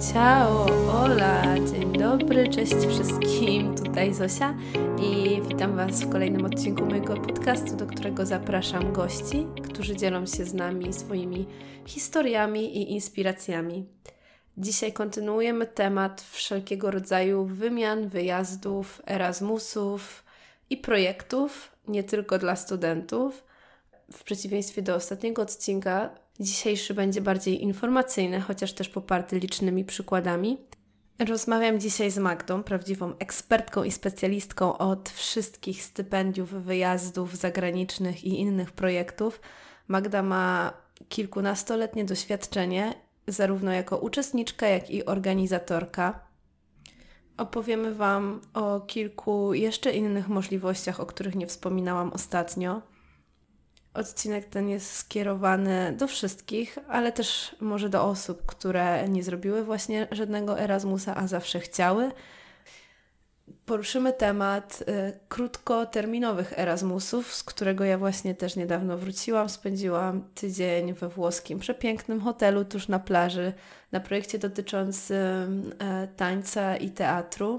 Ciao, hola, dzień dobry, cześć wszystkim, tutaj Zosia i witam Was w kolejnym odcinku mojego podcastu, do którego zapraszam gości, którzy dzielą się z nami swoimi historiami i inspiracjami. Dzisiaj kontynuujemy temat wszelkiego rodzaju wymian, wyjazdów, Erasmusów i projektów, nie tylko dla studentów. W przeciwieństwie do ostatniego odcinka, dzisiejszy będzie bardziej informacyjny, chociaż też poparty licznymi przykładami. Rozmawiam dzisiaj z Magdą, prawdziwą ekspertką i specjalistką od wszystkich stypendiów, wyjazdów zagranicznych i innych projektów. Magda ma kilkunastoletnie doświadczenie, zarówno jako uczestniczka, jak i organizatorka. Opowiemy Wam o kilku jeszcze innych możliwościach, o których nie wspominałam ostatnio. Odcinek ten jest skierowany do wszystkich, ale też może do osób, które nie zrobiły właśnie żadnego Erasmusa, a zawsze chciały. Poruszymy temat krótkoterminowych Erasmusów, z którego ja właśnie też niedawno wróciłam. Spędziłam tydzień we włoskim przepięknym hotelu tuż na plaży na projekcie dotyczącym tańca i teatru.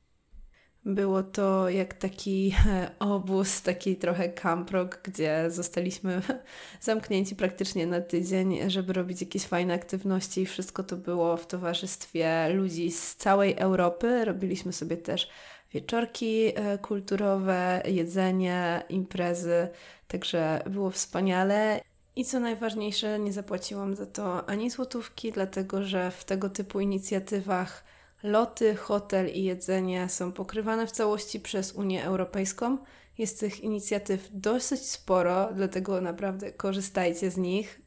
Było to jak taki obóz, taki trochę camp rock, gdzie zostaliśmy zamknięci praktycznie na tydzień, żeby robić jakieś fajne aktywności i wszystko to było w towarzystwie ludzi z całej Europy. Robiliśmy sobie też wieczorki kulturowe, jedzenie, imprezy, także było wspaniale. I co najważniejsze, nie zapłaciłam za to ani złotówki, dlatego że w tego typu inicjatywach loty, hotel i jedzenie są pokrywane w całości przez Unię Europejską. Jest tych inicjatyw dosyć sporo, dlatego naprawdę korzystajcie z nich.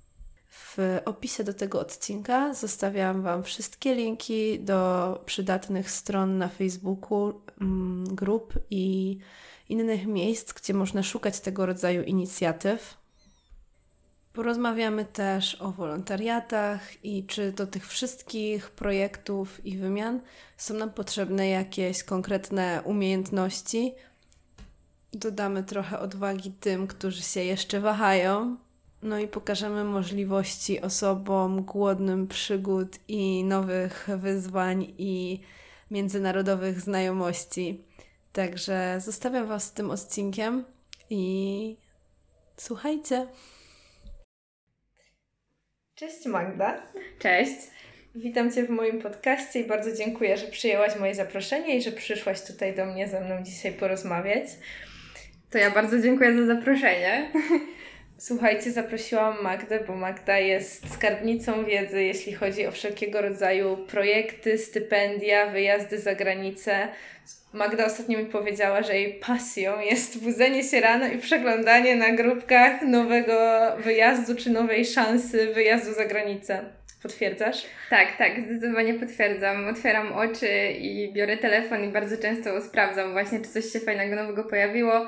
W opisie do tego odcinka zostawiam Wam wszystkie linki do przydatnych stron na Facebooku, grup i innych miejsc, gdzie można szukać tego rodzaju inicjatyw. Porozmawiamy też o wolontariatach i czy do tych wszystkich projektów i wymian są nam potrzebne jakieś konkretne umiejętności. Dodamy trochę odwagi tym, którzy się jeszcze wahają. No i pokażemy możliwości osobom głodnym przygód i nowych wyzwań i międzynarodowych znajomości. Także zostawiam Was z tym odcinkiem i słuchajcie! Cześć Magda. Cześć. Witam Cię w moim podcaście i bardzo dziękuję, że przyjęłaś moje zaproszenie i że przyszłaś tutaj do mnie ze mną dzisiaj porozmawiać. To ja bardzo dziękuję za zaproszenie. Słuchajcie, zaprosiłam Magdę, bo Magda jest skarbnicą wiedzy, jeśli chodzi o wszelkiego rodzaju projekty, stypendia, wyjazdy za granicę. Magda ostatnio mi powiedziała, że jej pasją jest budzenie się rano i przeglądanie na grupkach nowego wyjazdu czy nowej szansy wyjazdu za granicę. Potwierdzasz? Tak, zdecydowanie potwierdzam. Otwieram oczy i biorę telefon i bardzo często sprawdzam właśnie, czy coś się fajnego nowego pojawiło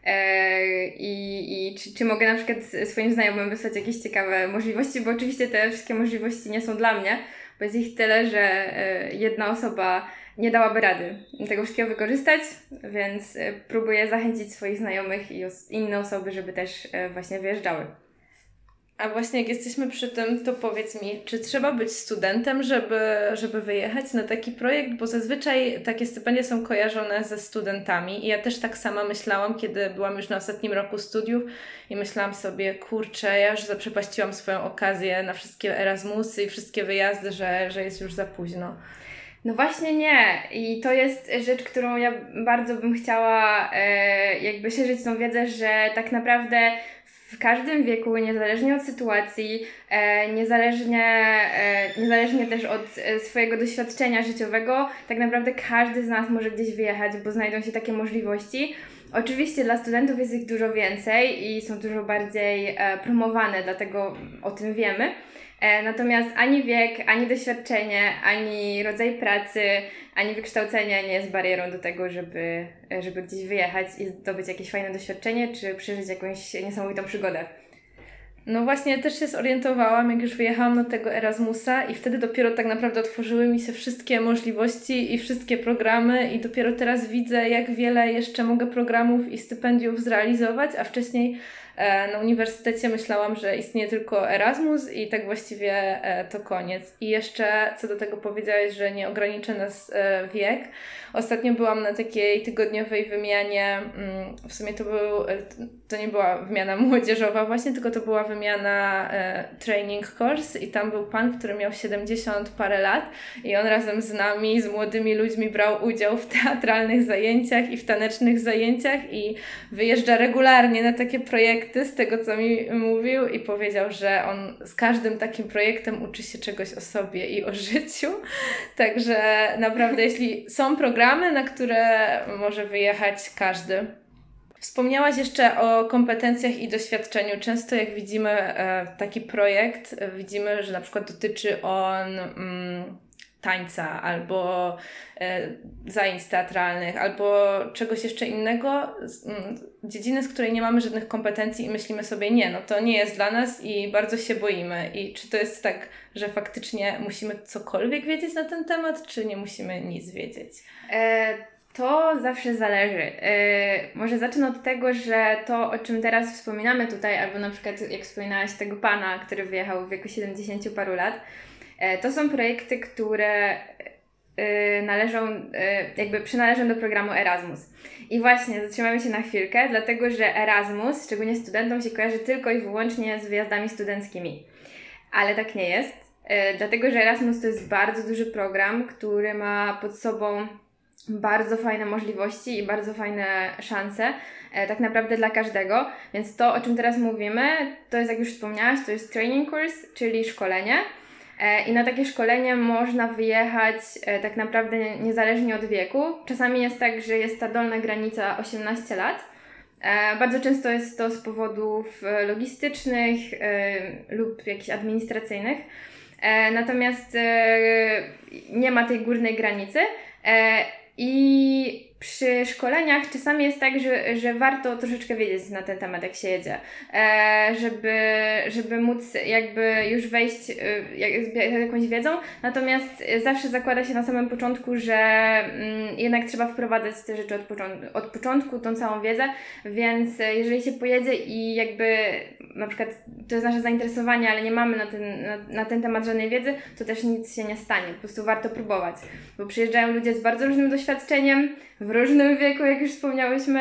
i czy mogę na przykład swoim znajomym wysłać jakieś ciekawe możliwości, bo oczywiście te wszystkie możliwości nie są dla mnie, bo jest ich tyle, że jedna osoba nie dałaby rady tego wszystkiego wykorzystać, więc próbuję zachęcić swoich znajomych i inne osoby, żeby też właśnie wyjeżdżały. A właśnie jak jesteśmy przy tym, to powiedz mi, czy trzeba być studentem, żeby wyjechać na taki projekt? Bo zazwyczaj takie stypendia są kojarzone ze studentami i ja też tak sama myślałam, kiedy byłam już na ostatnim roku studiów i myślałam sobie, kurczę, ja już zaprzepaściłam swoją okazję na wszystkie Erasmusy i wszystkie wyjazdy, że jest już za późno. No właśnie nie. I to jest rzecz, którą ja bardzo bym chciała jakby szerzyć tą wiedzę, że tak naprawdę w każdym wieku, niezależnie od sytuacji, niezależnie też od swojego doświadczenia życiowego, tak naprawdę każdy z nas może gdzieś wyjechać, bo znajdą się takie możliwości. Oczywiście dla studentów jest ich dużo więcej i są dużo bardziej promowane, dlatego o tym wiemy. Natomiast ani wiek, ani doświadczenie, ani rodzaj pracy, ani wykształcenie nie jest barierą do tego, żeby gdzieś wyjechać i zdobyć jakieś fajne doświadczenie, czy przeżyć jakąś niesamowitą przygodę. No właśnie, też się zorientowałam, jak już wyjechałam na tego Erasmusa i wtedy dopiero tak naprawdę otworzyły mi się wszystkie możliwości i wszystkie programy i dopiero teraz widzę, jak wiele jeszcze mogę programów i stypendiów zrealizować, a wcześniej Na uniwersytecie myślałam, że istnieje tylko Erasmus i tak właściwie to koniec. I jeszcze co do tego powiedziałeś, że nie ogranicza nas wiek. Ostatnio byłam na takiej tygodniowej wymianie, w sumie to nie była wymiana młodzieżowa właśnie, tylko to była wymiana training course i tam był pan, który miał 70 parę lat i on razem z nami, z młodymi ludźmi brał udział w teatralnych zajęciach i w tanecznych zajęciach i wyjeżdża regularnie na takie projekty, z tego co mi mówił, i powiedział, że on z każdym takim projektem uczy się czegoś o sobie i o życiu. Także naprawdę, jeśli są programy, na które może wyjechać każdy. Wspomniałaś jeszcze o kompetencjach i doświadczeniu. Często jak widzimy taki projekt, widzimy, że na przykład dotyczy on tańca albo zajęć teatralnych, albo czegoś jeszcze innego, dziedziny, z której nie mamy żadnych kompetencji i myślimy sobie, nie, no to nie jest dla nas i bardzo się boimy. I czy to jest tak, że faktycznie musimy cokolwiek wiedzieć na ten temat, czy nie musimy nic wiedzieć? To zawsze zależy. Może zacznę od tego, że to, o czym teraz wspominamy tutaj, albo na przykład jak wspominałaś tego pana, który wyjechał w wieku 70 paru lat, to są projekty, które przynależą do programu Erasmus. I właśnie zatrzymamy się na chwilkę, dlatego że Erasmus, szczególnie studentom, się kojarzy tylko i wyłącznie z wyjazdami studenckimi. Ale tak nie jest, dlatego że Erasmus to jest bardzo duży program, który ma pod sobą bardzo fajne możliwości i bardzo fajne szanse, tak naprawdę dla każdego. Więc to, o czym teraz mówimy, to jest, jak już wspomniałaś, to jest training course, czyli szkolenie. I na takie szkolenie można wyjechać tak naprawdę niezależnie od wieku. Czasami jest tak, że jest ta dolna granica 18 lat. Bardzo często jest to z powodów logistycznych lub jakichś administracyjnych. Natomiast nie ma tej górnej granicy. I przy szkoleniach czasami jest tak, że warto troszeczkę wiedzieć na ten temat, jak się jedzie, żeby móc jakby już wejść z jakąś wiedzą, natomiast zawsze zakłada się na samym początku, że jednak trzeba wprowadzać te rzeczy od początku, tą całą wiedzę, więc jeżeli się pojedzie i jakby na przykład to jest nasze zainteresowanie, ale nie mamy na ten temat żadnej wiedzy, to też nic się nie stanie, po prostu warto próbować, bo przyjeżdżają ludzie z bardzo różnym doświadczeniem, w różnym wieku, jak już wspomniałyśmy,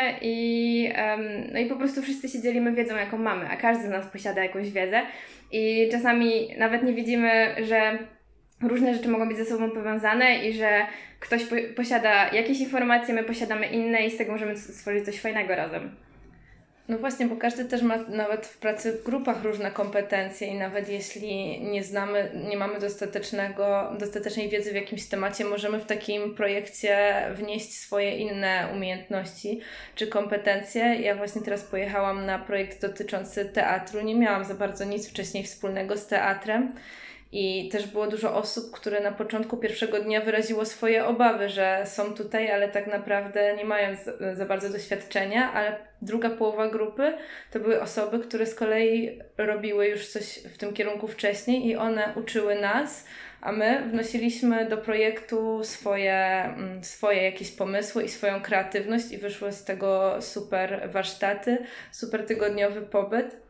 no i po prostu wszyscy się dzielimy wiedzą, jaką mamy, a każdy z nas posiada jakąś wiedzę i czasami nawet nie widzimy, że różne rzeczy mogą być ze sobą powiązane i że ktoś posiada jakieś informacje, my posiadamy inne i z tego możemy stworzyć coś fajnego razem. No właśnie, bo każdy też ma nawet w pracy w grupach różne kompetencje i nawet jeśli nie mamy dostatecznej wiedzy w jakimś temacie, możemy w takim projekcie wnieść swoje inne umiejętności czy kompetencje. Ja właśnie teraz pojechałam na projekt dotyczący teatru, nie miałam za bardzo nic wcześniej wspólnego z teatrem. I też było dużo osób, które na początku pierwszego dnia wyraziło swoje obawy, że są tutaj, ale tak naprawdę nie mają za bardzo doświadczenia, ale druga połowa grupy to były osoby, które z kolei robiły już coś w tym kierunku wcześniej i one uczyły nas, a my wnosiliśmy do projektu swoje jakieś pomysły i swoją kreatywność i wyszły z tego super warsztaty, super tygodniowy pobyt.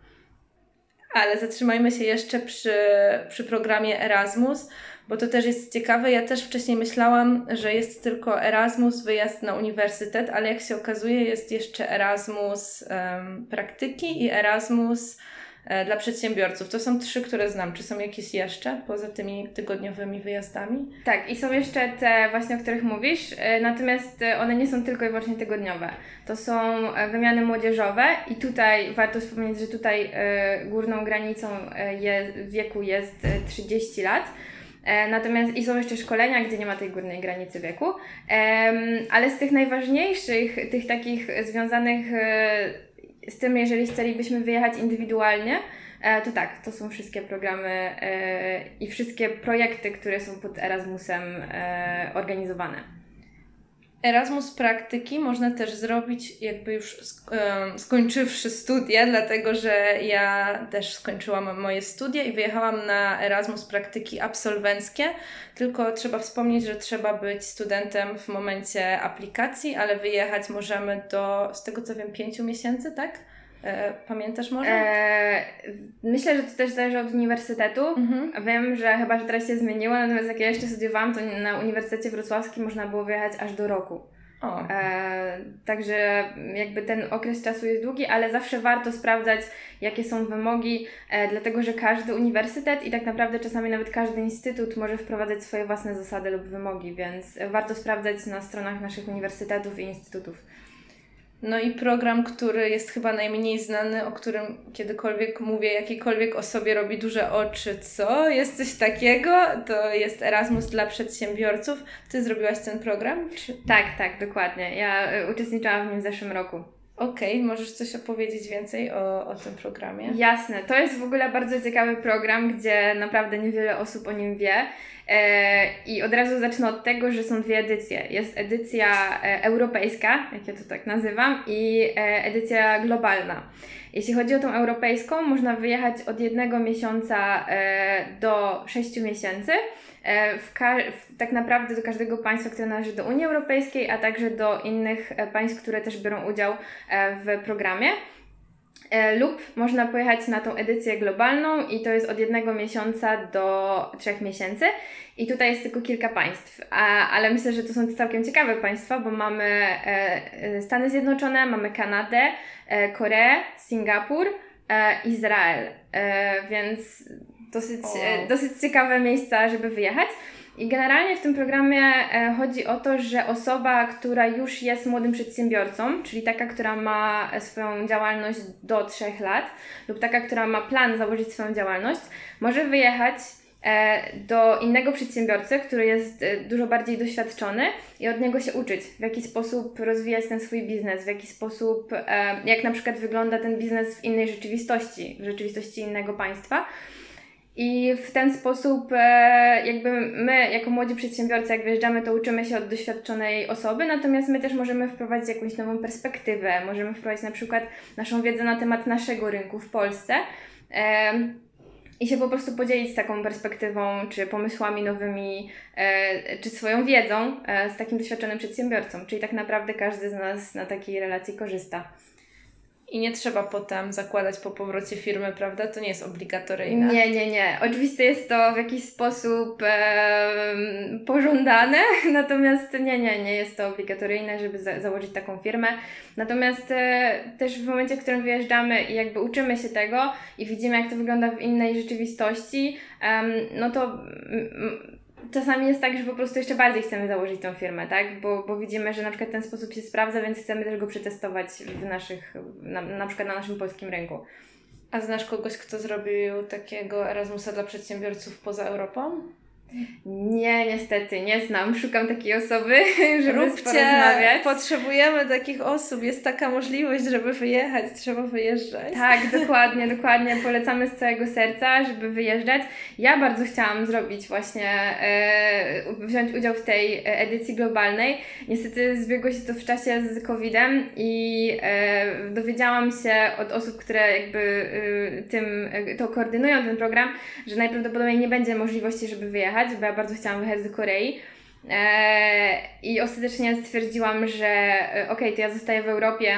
Ale zatrzymajmy się jeszcze przy programie Erasmus, bo to też jest ciekawe. Ja też wcześniej myślałam, że jest tylko Erasmus, wyjazd na uniwersytet, ale jak się okazuje, jest jeszcze Erasmus praktyki i Erasmus dla przedsiębiorców. To są 3, które znam. Czy są jakieś jeszcze poza tymi tygodniowymi wyjazdami? Tak, i są jeszcze te właśnie, o których mówisz, natomiast one nie są tylko i wyłącznie tygodniowe. To są wymiany młodzieżowe i tutaj warto wspomnieć, że tutaj górną granicą wieku jest 30 lat. Natomiast i są jeszcze szkolenia, gdzie nie ma tej górnej granicy wieku, ale z tych najważniejszych, tych takich związanych z tym, jeżeli chcielibyśmy wyjechać indywidualnie, to tak, to są wszystkie programy i wszystkie projekty, które są pod Erasmusem organizowane. Erasmus praktyki można też zrobić jakby już skończywszy studia, dlatego że ja też skończyłam moje studia i wyjechałam na Erasmus praktyki absolwenckie, tylko trzeba wspomnieć, że trzeba być studentem w momencie aplikacji, ale wyjechać możemy z tego co wiem, 5 miesięcy, tak? Pamiętasz może? Myślę, że to też zależy od uniwersytetu. Wiem, że chyba, że teraz się zmieniło, natomiast jak ja jeszcze studiowałam, to na Uniwersytecie Wrocławskim można było wyjechać aż do roku. Także jakby ten okres czasu jest długi, ale zawsze warto sprawdzać, jakie są wymogi, dlatego że każdy uniwersytet i tak naprawdę czasami nawet każdy instytut może wprowadzać swoje własne zasady lub wymogi, więc warto sprawdzać na stronach naszych uniwersytetów i instytutów. No i program, który jest chyba najmniej znany, o którym kiedykolwiek mówię jakiejkolwiek osobie, robi duże oczy. Co? Jest coś takiego? To jest Erasmus dla przedsiębiorców. Ty zrobiłaś ten program? Czy... Tak, dokładnie. Ja uczestniczyłam w nim w zeszłym roku. Okej, możesz coś opowiedzieć więcej o tym programie? Jasne, to jest w ogóle bardzo ciekawy program, gdzie naprawdę niewiele osób o nim wie. I od razu zacznę od tego, że są dwie edycje. Jest edycja europejska, jak ja to tak nazywam, i edycja globalna. Jeśli chodzi o tą europejską, można wyjechać od 1 miesiąca do 6 miesięcy. Tak naprawdę do każdego państwa, które należy do Unii Europejskiej, a także do innych państw, które też biorą udział w programie. Lub można pojechać na tą edycję globalną i to jest od 1 miesiąca do 3 miesięcy. I tutaj jest tylko kilka państw, ale myślę, że to są całkiem ciekawe państwa, bo mamy Stany Zjednoczone, mamy Kanadę, Koreę, Singapur, Izrael, więc dosyć ciekawe miejsca, żeby wyjechać. I generalnie w tym programie chodzi o to, że osoba, która już jest młodym przedsiębiorcą, czyli taka, która ma swoją działalność do 3 lat lub taka, która ma plan założyć swoją działalność, może wyjechać do innego przedsiębiorcy, który jest dużo bardziej doświadczony i od niego się uczyć, w jaki sposób rozwijać ten swój biznes, w jaki sposób, jak na przykład wygląda ten biznes w innej rzeczywistości, w rzeczywistości innego państwa. I w ten sposób jakby my jako młodzi przedsiębiorcy, jak wyjeżdżamy, to uczymy się od doświadczonej osoby, natomiast my też możemy wprowadzić jakąś nową perspektywę, możemy wprowadzić na przykład naszą wiedzę na temat naszego rynku w Polsce i się po prostu podzielić taką perspektywą, czy pomysłami nowymi, czy swoją wiedzą z takim doświadczonym przedsiębiorcą, czyli tak naprawdę każdy z nas na takiej relacji korzysta. I nie trzeba potem zakładać po powrocie firmy, prawda? To nie jest obligatoryjne. Nie. Oczywiście jest to w jakiś sposób pożądane, natomiast nie jest to obligatoryjne, żeby założyć taką firmę. Natomiast też w momencie, w którym wyjeżdżamy i jakby uczymy się tego i widzimy, jak to wygląda w innej rzeczywistości, no to czasami jest tak, że po prostu jeszcze bardziej chcemy założyć tą firmę, tak? Bo widzimy, że na przykład ten sposób się sprawdza, więc chcemy też go przetestować na przykład na naszym polskim rynku. A znasz kogoś, kto zrobił takiego Erasmusa dla przedsiębiorców poza Europą? Nie, niestety, nie znam. Szukam takiej osoby, żeby porozmawiać. Potrzebujemy takich osób. Jest taka możliwość, żeby wyjechać. Trzeba wyjeżdżać. Tak, dokładnie. Polecamy z całego serca, żeby wyjeżdżać. Ja bardzo chciałam zrobić właśnie, wziąć udział w tej edycji globalnej. Niestety zbiegło się to w czasie z COVID-em i dowiedziałam się od osób, które jakby to koordynują ten program, że najprawdopodobniej nie będzie możliwości, żeby wyjechać, bo ja bardzo chciałam wyjechać do Korei i ostatecznie stwierdziłam, że okej, to ja zostaję w Europie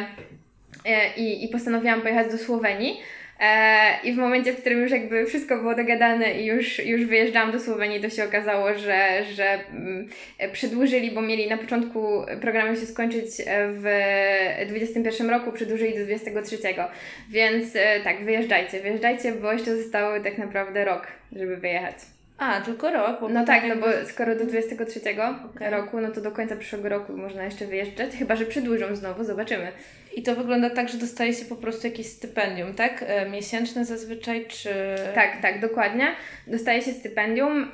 i postanowiłam pojechać do Słowenii. I w momencie, w którym już jakby wszystko było dogadane i już wyjeżdżałam do Słowenii, to się okazało, że przedłużyli, bo mieli na początku programu się skończyć w 2021 roku, przedłużyli do 2023. Więc tak, wyjeżdżajcie, bo jeszcze zostało tak naprawdę rok, żeby wyjechać. A, tylko rok? No tak, no bo skoro do 23 roku, no to do końca przyszłego roku można jeszcze wyjeżdżać, chyba że przedłużą znowu, zobaczymy. I to wygląda tak, że dostaje się po prostu jakieś stypendium, tak? Miesięczne zazwyczaj, czy... Tak, dokładnie. Dostaje się stypendium.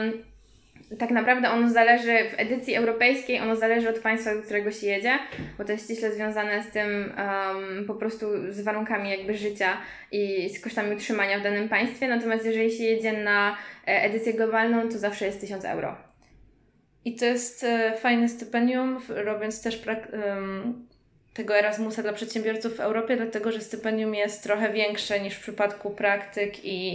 Tak naprawdę ono zależy, w edycji europejskiej ono zależy od państwa, do którego się jedzie, bo to jest ściśle związane z tym po prostu z warunkami jakby życia i z kosztami utrzymania w danym państwie, natomiast jeżeli się jedzie na edycję globalną, to zawsze jest 1000 euro. I to jest fajne stypendium, robiąc też tego Erasmusa dla przedsiębiorców w Europie, dlatego że stypendium jest trochę większe niż w przypadku praktyk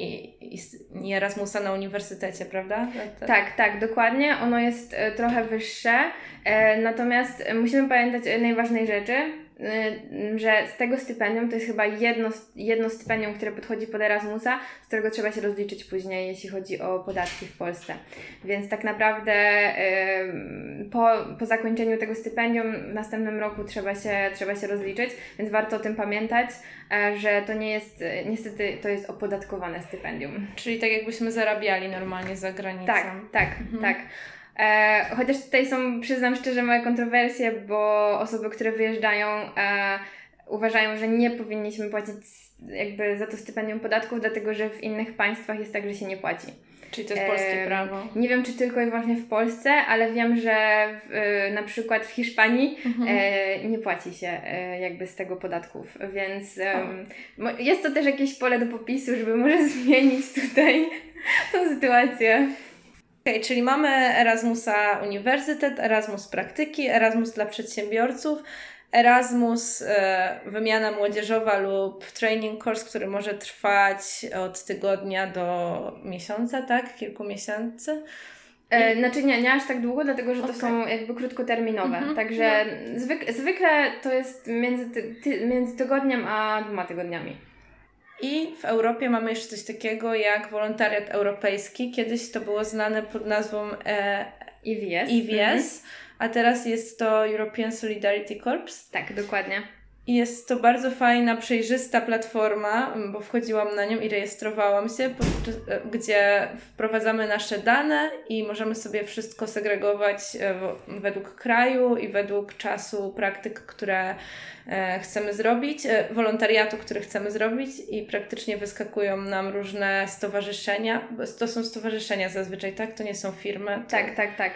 i Erasmusa na uniwersytecie, prawda? Tak, dokładnie. Ono jest trochę wyższe, natomiast musimy pamiętać o jednej ważnej rzeczy, że z tego stypendium to jest chyba jedno stypendium, które podchodzi pod Erasmusa, z którego trzeba się rozliczyć później, jeśli chodzi o podatki w Polsce. Więc tak naprawdę po zakończeniu tego stypendium w następnym roku trzeba się rozliczyć, więc warto o tym pamiętać, że to nie jest, niestety to jest opodatkowane stypendium. Czyli tak jakbyśmy zarabiali normalnie za granicą. Tak. Chociaż tutaj są, przyznam szczerze, małe kontrowersje, bo osoby, które wyjeżdżają, uważają, że nie powinniśmy płacić jakby za to stypendium podatków, dlatego że w innych państwach jest tak, że się nie płaci. Czyli to jest polskie prawo. Nie wiem, czy tylko i wyłącznie w Polsce, ale wiem, że na przykład w Hiszpanii nie płaci się jakby z tego podatków, więc jest to też jakieś pole do popisu, żeby może zmienić tutaj tą sytuację. Okej, czyli mamy Erasmusa Uniwersytet, Erasmus Praktyki, Erasmus dla przedsiębiorców, Erasmus wymiana młodzieżowa lub training course, który może trwać od tygodnia do miesiąca, tak? Kilku miesięcy. Znaczy nie aż tak długo, dlatego że to są jakby krótkoterminowe. Także zwykle to jest między tygodniem a 2 tygodniami. I w Europie mamy jeszcze coś takiego jak wolontariat europejski. Kiedyś to było znane pod nazwą EVS, a teraz jest to European Solidarity Corps. Tak, dokładnie. I jest to bardzo fajna, przejrzysta platforma, bo wchodziłam na nią i rejestrowałam się, gdzie wprowadzamy nasze dane i możemy sobie wszystko segregować według kraju i według czasu praktyk, które chcemy zrobić, wolontariatu, który chcemy zrobić i praktycznie wyskakują nam różne stowarzyszenia. To są stowarzyszenia zazwyczaj, tak? To nie są firmy. Tak.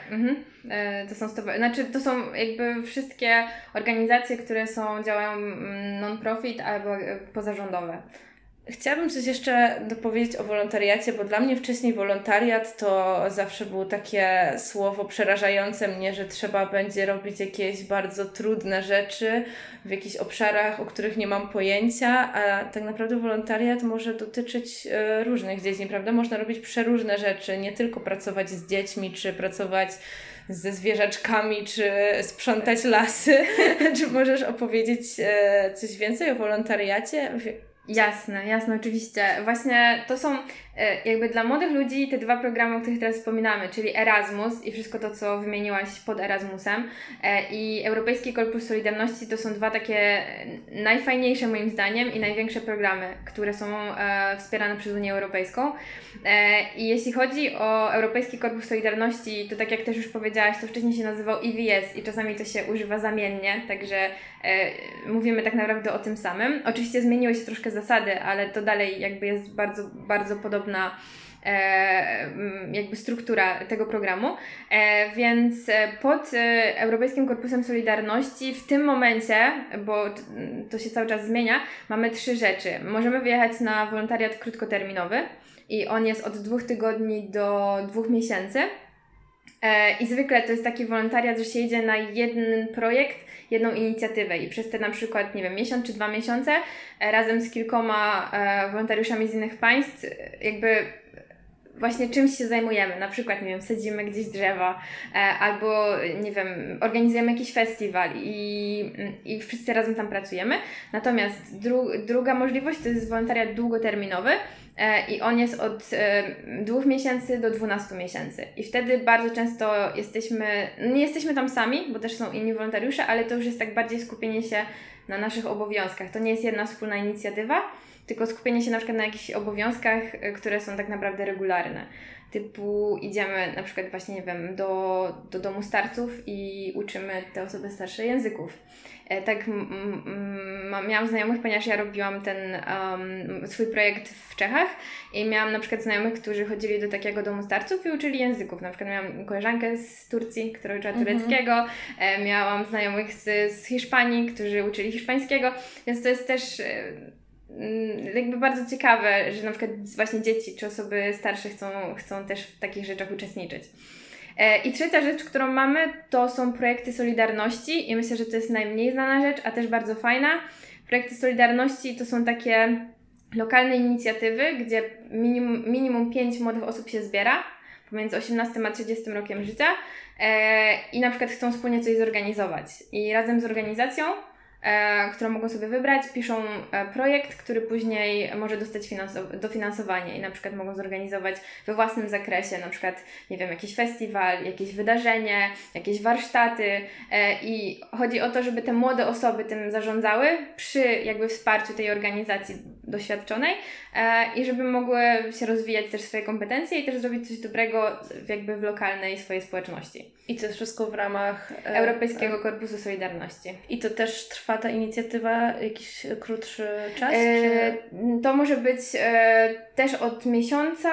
To są jakby wszystkie organizacje, które działają non-profit albo pozarządowe. Chciałabym coś jeszcze dopowiedzieć o wolontariacie, bo dla mnie wcześniej wolontariat to zawsze było takie słowo przerażające mnie, że trzeba będzie robić jakieś bardzo trudne rzeczy w jakichś obszarach, o których nie mam pojęcia, a tak naprawdę wolontariat może dotyczyć różnych dziedzin, prawda? Można robić przeróżne rzeczy, nie tylko pracować z dziećmi, czy pracować ze zwierzaczkami, czy sprzątać lasy. Czy możesz opowiedzieć coś więcej o wolontariacie? Jasne, oczywiście. Właśnie to są jakby dla młodych ludzi te 2 programy, o których teraz wspominamy, czyli Erasmus i wszystko to, co wymieniłaś pod Erasmusem i Europejski Korpus Solidarności to są 2 takie najfajniejsze moim zdaniem i największe programy, które są wspierane przez Unię Europejską. I jeśli chodzi o Europejski Korpus Solidarności, to tak jak też już powiedziałaś, to wcześniej się nazywał EVS i czasami to się używa zamiennie, także mówimy tak naprawdę o tym samym. Oczywiście zmieniły się troszkę zasady, ale to dalej jakby jest bardzo, bardzo podobna jakby struktura tego programu, więc pod Europejskim Korpusem Solidarności w tym momencie, bo to się cały czas zmienia, mamy 3 rzeczy. Możemy wyjechać na wolontariat krótkoterminowy i on jest od 2 tygodni do 2 miesięcy. I zwykle to jest taki wolontariat, że się jedzie na jeden projekt, jedną inicjatywę i przez te na przykład, nie wiem, miesiąc czy 2 miesiące razem z kilkoma wolontariuszami z innych państw jakby właśnie czymś się zajmujemy, na przykład, nie wiem, sadzimy gdzieś drzewa albo, nie wiem, organizujemy jakiś festiwal i wszyscy razem tam pracujemy. Natomiast druga możliwość to jest wolontariat długoterminowy i on jest od 2 miesięcy do 12 miesięcy. I wtedy bardzo często nie jesteśmy tam sami, bo też są inni wolontariusze, ale to już jest tak bardziej skupienie się na naszych obowiązkach. To nie jest jedna wspólna inicjatywa, tylko skupienie się na przykład na jakichś obowiązkach, które są tak naprawdę regularne. Typu idziemy na przykład właśnie, nie wiem, do domu starców i uczymy te osoby starsze języków. Tak miałam znajomych, ponieważ ja robiłam ten swój projekt w Czechach i miałam na przykład znajomych, którzy chodzili do takiego domu starców i uczyli języków. Na przykład miałam koleżankę z Turcji, która uczyła tureckiego, miałam znajomych z Hiszpanii, którzy uczyli hiszpańskiego, więc to jest też jakby bardzo ciekawe, że na przykład właśnie dzieci czy osoby starsze chcą też w takich rzeczach uczestniczyć. I trzecia rzecz, którą mamy, to są projekty Solidarności i myślę, że to jest najmniej znana rzecz, a też bardzo fajna. Projekty Solidarności to są takie lokalne inicjatywy, gdzie minimum 5 młodych osób się zbiera pomiędzy 18 a 30 rokiem życia i na przykład chcą wspólnie coś zorganizować. I razem z organizacją którą mogą sobie wybrać, piszą projekt, który później może dostać dofinansowanie i na przykład mogą zorganizować we własnym zakresie, na przykład, nie wiem, jakiś festiwal, jakieś wydarzenie, jakieś warsztaty i chodzi o to, żeby te młode osoby tym zarządzały przy jakby wsparciu tej organizacji doświadczonej i żeby mogły się rozwijać też swoje kompetencje i też zrobić coś dobrego jakby w lokalnej swojej społeczności. I to jest wszystko w ramach Europejskiego Korpusu Solidarności. I to też trwa ta inicjatywa jakiś krótszy czas? To może być też od miesiąca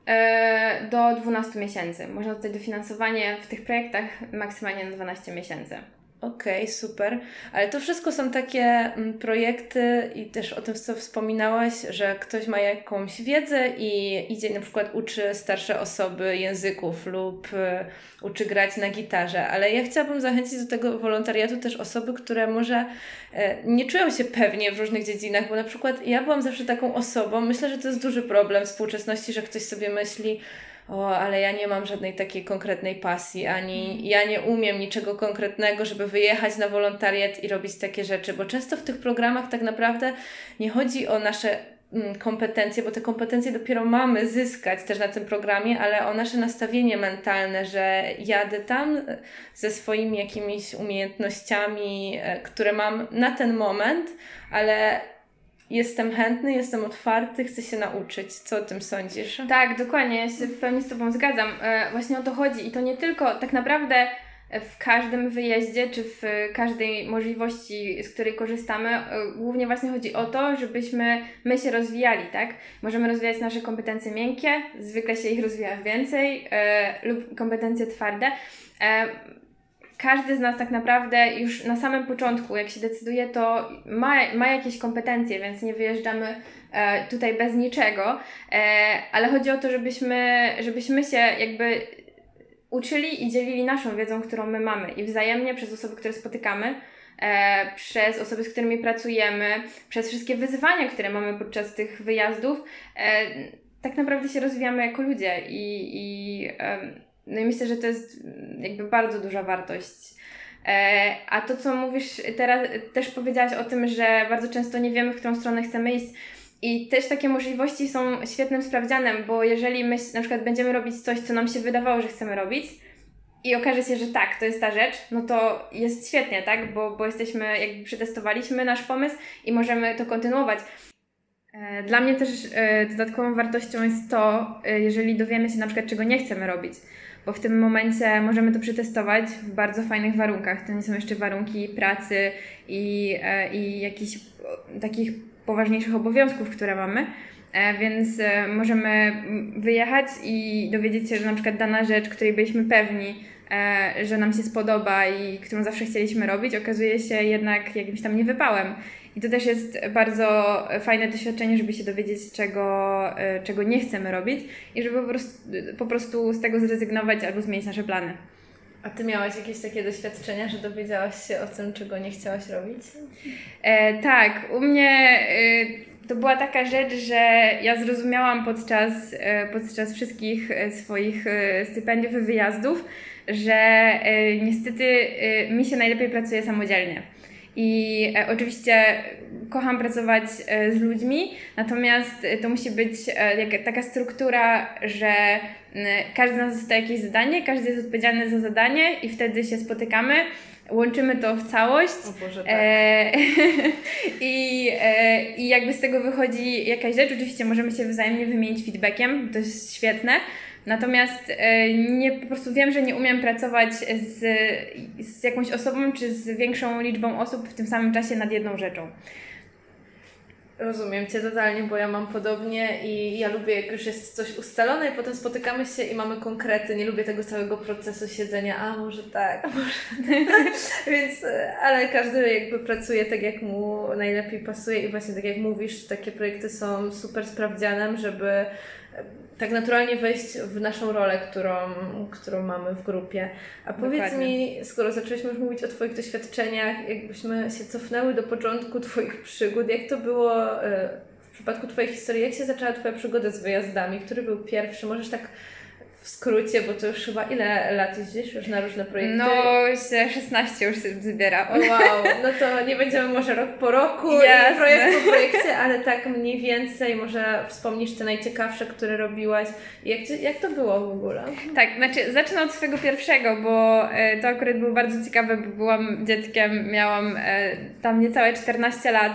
do 12 miesięcy. Można dostać dofinansowanie w tych projektach maksymalnie na 12 miesięcy. Okej, super. Ale to wszystko są takie projekty i też o tym, co wspominałaś, że ktoś ma jakąś wiedzę i idzie na przykład uczy starsze osoby języków lub uczy grać na gitarze. Ale ja chciałabym zachęcić do tego wolontariatu też osoby, które może nie czują się pewnie w różnych dziedzinach, bo na przykład ja byłam zawsze taką osobą, myślę, że to jest duży problem współczesności, że ktoś sobie myśli: o, ale ja nie mam żadnej takiej konkretnej pasji, ani ja nie umiem niczego konkretnego, żeby wyjechać na wolontariat i robić takie rzeczy, bo często w tych programach tak naprawdę nie chodzi o nasze kompetencje, bo te kompetencje dopiero mamy zyskać też na tym programie, ale o nasze nastawienie mentalne, że jadę tam ze swoimi jakimiś umiejętnościami, które mam na ten moment, ale jestem chętny, jestem otwarty, chcę się nauczyć. Co o tym sądzisz? Tak, dokładnie, ja się w pełni z Tobą zgadzam. Właśnie o to chodzi i to nie tylko, tak naprawdę w każdym wyjeździe, czy w każdej możliwości, z której korzystamy, głównie właśnie chodzi o to, żebyśmy my się rozwijali, tak? Możemy rozwijać nasze kompetencje miękkie, zwykle się ich rozwija więcej, lub kompetencje twarde. Każdy z nas tak naprawdę już na samym początku, jak się decyduje, to ma jakieś kompetencje, więc nie wyjeżdżamy tutaj bez niczego, ale chodzi o to, żebyśmy się jakby uczyli i dzielili naszą wiedzą, którą my mamy i wzajemnie przez osoby, które spotykamy, przez osoby, z którymi pracujemy, przez wszystkie wyzwania, które mamy podczas tych wyjazdów, tak naprawdę się rozwijamy jako ludzie no i myślę, że to jest jakby bardzo duża wartość. A to, co mówisz teraz, też powiedziałaś o tym, że bardzo często nie wiemy, w którą stronę chcemy iść. I też takie możliwości są świetnym sprawdzianem, bo jeżeli my na przykład będziemy robić coś, co nam się wydawało, że chcemy robić i okaże się, że tak, to jest ta rzecz, no to jest świetnie, tak? Bo jesteśmy, jakby przetestowaliśmy nasz pomysł i możemy to kontynuować. Dla mnie też dodatkową wartością jest to, jeżeli dowiemy się na przykład, czego nie chcemy robić, bo w tym momencie możemy to przetestować w bardzo fajnych warunkach. To nie są jeszcze warunki pracy i jakichś takich poważniejszych obowiązków, które mamy, więc możemy wyjechać i dowiedzieć się, że na przykład dana rzecz, której byliśmy pewni, że nam się spodoba i którą zawsze chcieliśmy robić, okazuje się jednak jakimś tam niewypałem. I to też jest bardzo fajne doświadczenie, żeby się dowiedzieć, czego nie chcemy robić i żeby po prostu z tego zrezygnować albo zmienić nasze plany. A Ty miałaś jakieś takie doświadczenia, że dowiedziałaś się o tym, czego nie chciałaś robić? Tak, u mnie to była taka rzecz, że ja zrozumiałam podczas wszystkich swoich stypendiów i wyjazdów, że niestety mi się najlepiej pracuje samodzielnie. I oczywiście kocham pracować z ludźmi, natomiast to musi być taka struktura, że każdy z nas dostaje jakieś zadanie, każdy jest odpowiedzialny za zadanie i wtedy się spotykamy, łączymy to w całość. O Boże, tak. I jakby z tego wychodzi jakaś rzecz. Oczywiście możemy się wzajemnie wymienić feedbackiem, to jest świetne. Natomiast po prostu wiem, że nie umiem pracować z jakąś osobą czy z większą liczbą osób w tym samym czasie nad jedną rzeczą. Rozumiem Cię totalnie, bo ja mam podobnie i ja lubię, jak już jest coś ustalone i potem spotykamy się i mamy konkrety. Nie lubię tego całego procesu siedzenia, a może tak, a może Więc, ale każdy jakby pracuje tak, jak mu najlepiej pasuje i właśnie tak jak mówisz, takie projekty są super sprawdzianem, żeby tak naturalnie wejść w naszą rolę, którą mamy w grupie. A powiedz Dokładnie. mi, skoro zaczęliśmy już mówić o Twoich doświadczeniach, jakbyśmy się cofnęły do początku Twoich przygód, jak to było w przypadku Twojej historii, jak się zaczęła Twoja przygoda z wyjazdami? Który był pierwszy? Możesz tak w skrócie, bo to już chyba ile lat jeździsz już na różne projekty? No, 16 już się zbiera. Wow, no to nie będziemy może rok po roku, projekt po projekcie, ale tak mniej więcej może wspomnisz te najciekawsze, które robiłaś. Jak to było w ogóle? Tak, znaczy zacznę od swojego pierwszego, bo to akurat było bardzo ciekawe, bo byłam dzieckiem, miałam tam niecałe 14 lat.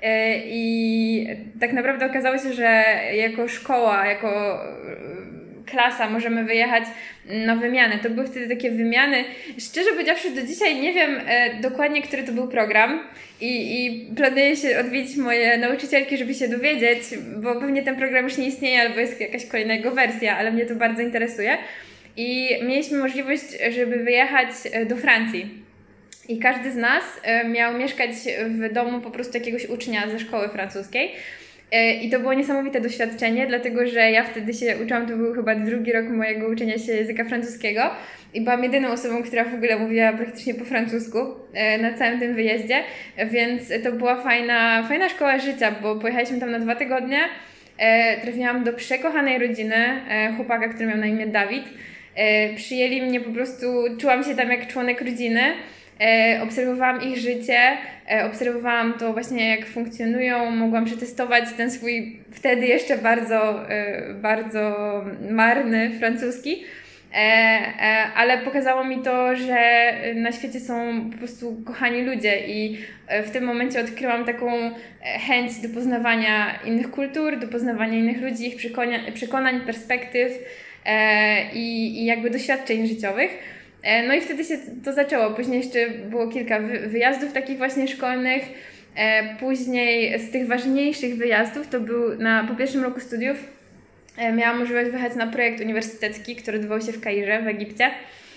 I tak naprawdę okazało się, że jako szkoła, jako klasa możemy wyjechać na wymianę. To były wtedy takie wymiany. Szczerze powiedziawszy, do dzisiaj nie wiem dokładnie, który to był program i planuję się odwiedzić moje nauczycielki, żeby się dowiedzieć, bo pewnie ten program już nie istnieje albo jest jakaś kolejna jego wersja, ale mnie to bardzo interesuje. I mieliśmy możliwość, żeby wyjechać do Francji. I każdy z nas miał mieszkać w domu po prostu jakiegoś ucznia ze szkoły francuskiej. I to było niesamowite doświadczenie, dlatego że ja wtedy się uczyłam, to był chyba drugi rok mojego uczenia się języka francuskiego i byłam jedyną osobą, która w ogóle mówiła praktycznie po francusku na całym tym wyjeździe, więc to była fajna szkoła życia, bo pojechaliśmy tam na 2 tygodnie, trafiłam do przekochanej rodziny chłopaka, który miał na imię Dawid. Przyjęli mnie po prostu, czułam się tam jak członek rodziny. Obserwowałam ich życie, obserwowałam to właśnie jak funkcjonują, mogłam przetestować ten swój wtedy jeszcze bardzo marny francuski, ale pokazało mi to, że na świecie są po prostu kochani ludzie i w tym momencie odkryłam taką chęć do poznawania innych kultur, do poznawania innych ludzi, ich przekonań, perspektyw i jakby doświadczeń życiowych. No i wtedy się to zaczęło. Później jeszcze było kilka wyjazdów takich właśnie szkolnych. Później z tych ważniejszych wyjazdów to był po pierwszym roku studiów miałam możliwość wyjechać na projekt uniwersytecki, który odbywał się w Kairze, w Egipcie.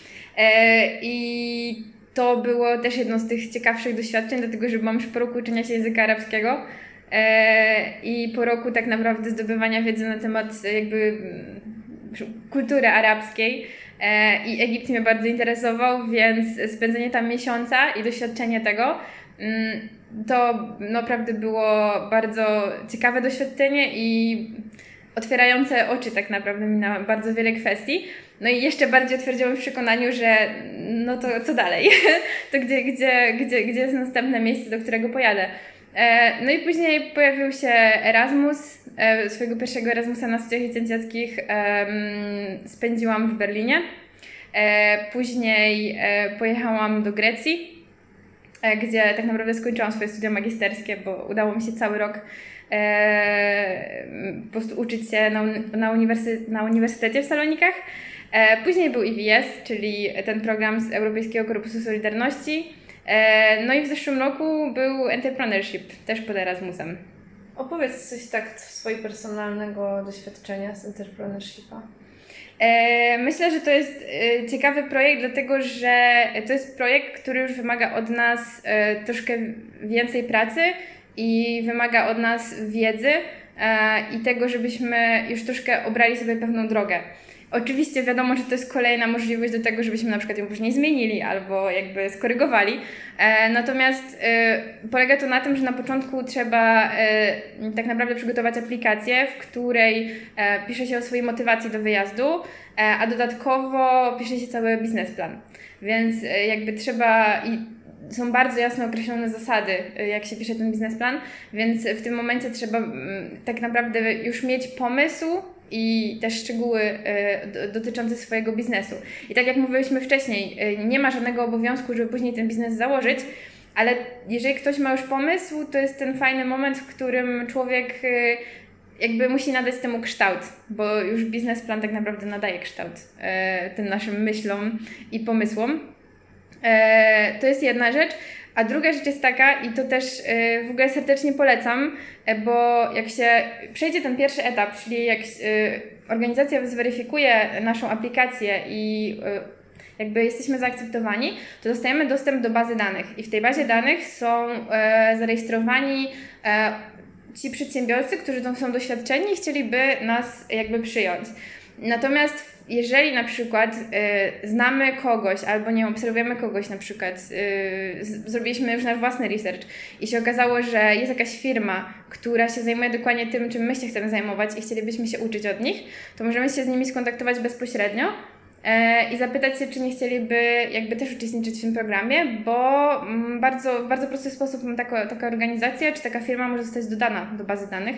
I to było też jedno z tych ciekawszych doświadczeń, dlatego że byłam już po roku uczenia się języka arabskiego i po roku tak naprawdę zdobywania wiedzy na temat jakby kultury arabskiej. I Egipt mnie bardzo interesował, więc spędzenie tam miesiąca i doświadczenie tego to naprawdę było bardzo ciekawe doświadczenie i otwierające oczy tak naprawdę mi na bardzo wiele kwestii. No i jeszcze bardziej utwierdziłam w przekonaniu, że no to co dalej? To gdzie jest następne miejsce, do którego pojadę? No i później pojawił się Erasmus. Swojego pierwszego Erasmusa na studiach licencjackich spędziłam w Berlinie. Później pojechałam do Grecji, gdzie tak naprawdę skończyłam swoje studia magisterskie, bo udało mi się cały rok po prostu uczyć się na uniwersytecie w Salonikach. Później był EVS, czyli ten program z Europejskiego Korpusu Solidarności. No i w zeszłym roku był Entrepreneurship, też pod Erasmusem. Opowiedz coś tak swojego personalnego doświadczenia z Entrepreneurshipa. Myślę, że to jest ciekawy projekt, dlatego że to jest projekt, który już wymaga od nas troszkę więcej pracy i wymaga od nas wiedzy i tego, żebyśmy już troszkę obrali sobie pewną drogę. Oczywiście wiadomo, że to jest kolejna możliwość do tego, żebyśmy na przykład ją później zmienili albo jakby skorygowali. Natomiast polega to na tym, że na początku trzeba tak naprawdę przygotować aplikację, w której pisze się o swojej motywacji do wyjazdu, a dodatkowo pisze się cały biznesplan. Więc jakby trzeba są bardzo jasno określone zasady, jak się pisze ten biznesplan, więc w tym momencie trzeba tak naprawdę już mieć pomysł i też szczegóły dotyczące swojego biznesu. I tak jak mówiliśmy wcześniej, nie ma żadnego obowiązku, żeby później ten biznes założyć, ale jeżeli ktoś ma już pomysł, to jest ten fajny moment, w którym człowiek jakby musi nadać temu kształt, bo już biznesplan tak naprawdę nadaje kształt tym naszym myślom i pomysłom. To jest jedna rzecz. A druga rzecz jest taka, i to też w ogóle serdecznie polecam, bo jak się przejdzie ten pierwszy etap, czyli jak organizacja zweryfikuje naszą aplikację i jakby jesteśmy zaakceptowani, to dostajemy dostęp do bazy danych i w tej bazie danych są zarejestrowani ci przedsiębiorcy, którzy tam są doświadczeni i chcieliby nas jakby przyjąć. Natomiast jeżeli na przykład znamy kogoś albo nie obserwujemy kogoś, na przykład zrobiliśmy już nasz własny research i się okazało, że jest jakaś firma, która się zajmuje dokładnie tym, czym my się chcemy zajmować i chcielibyśmy się uczyć od nich, to możemy się z nimi skontaktować bezpośrednio i zapytać się, czy nie chcieliby jakby też uczestniczyć w tym programie, bo w bardzo prosty sposób taka organizacja czy taka firma może zostać dodana do bazy danych.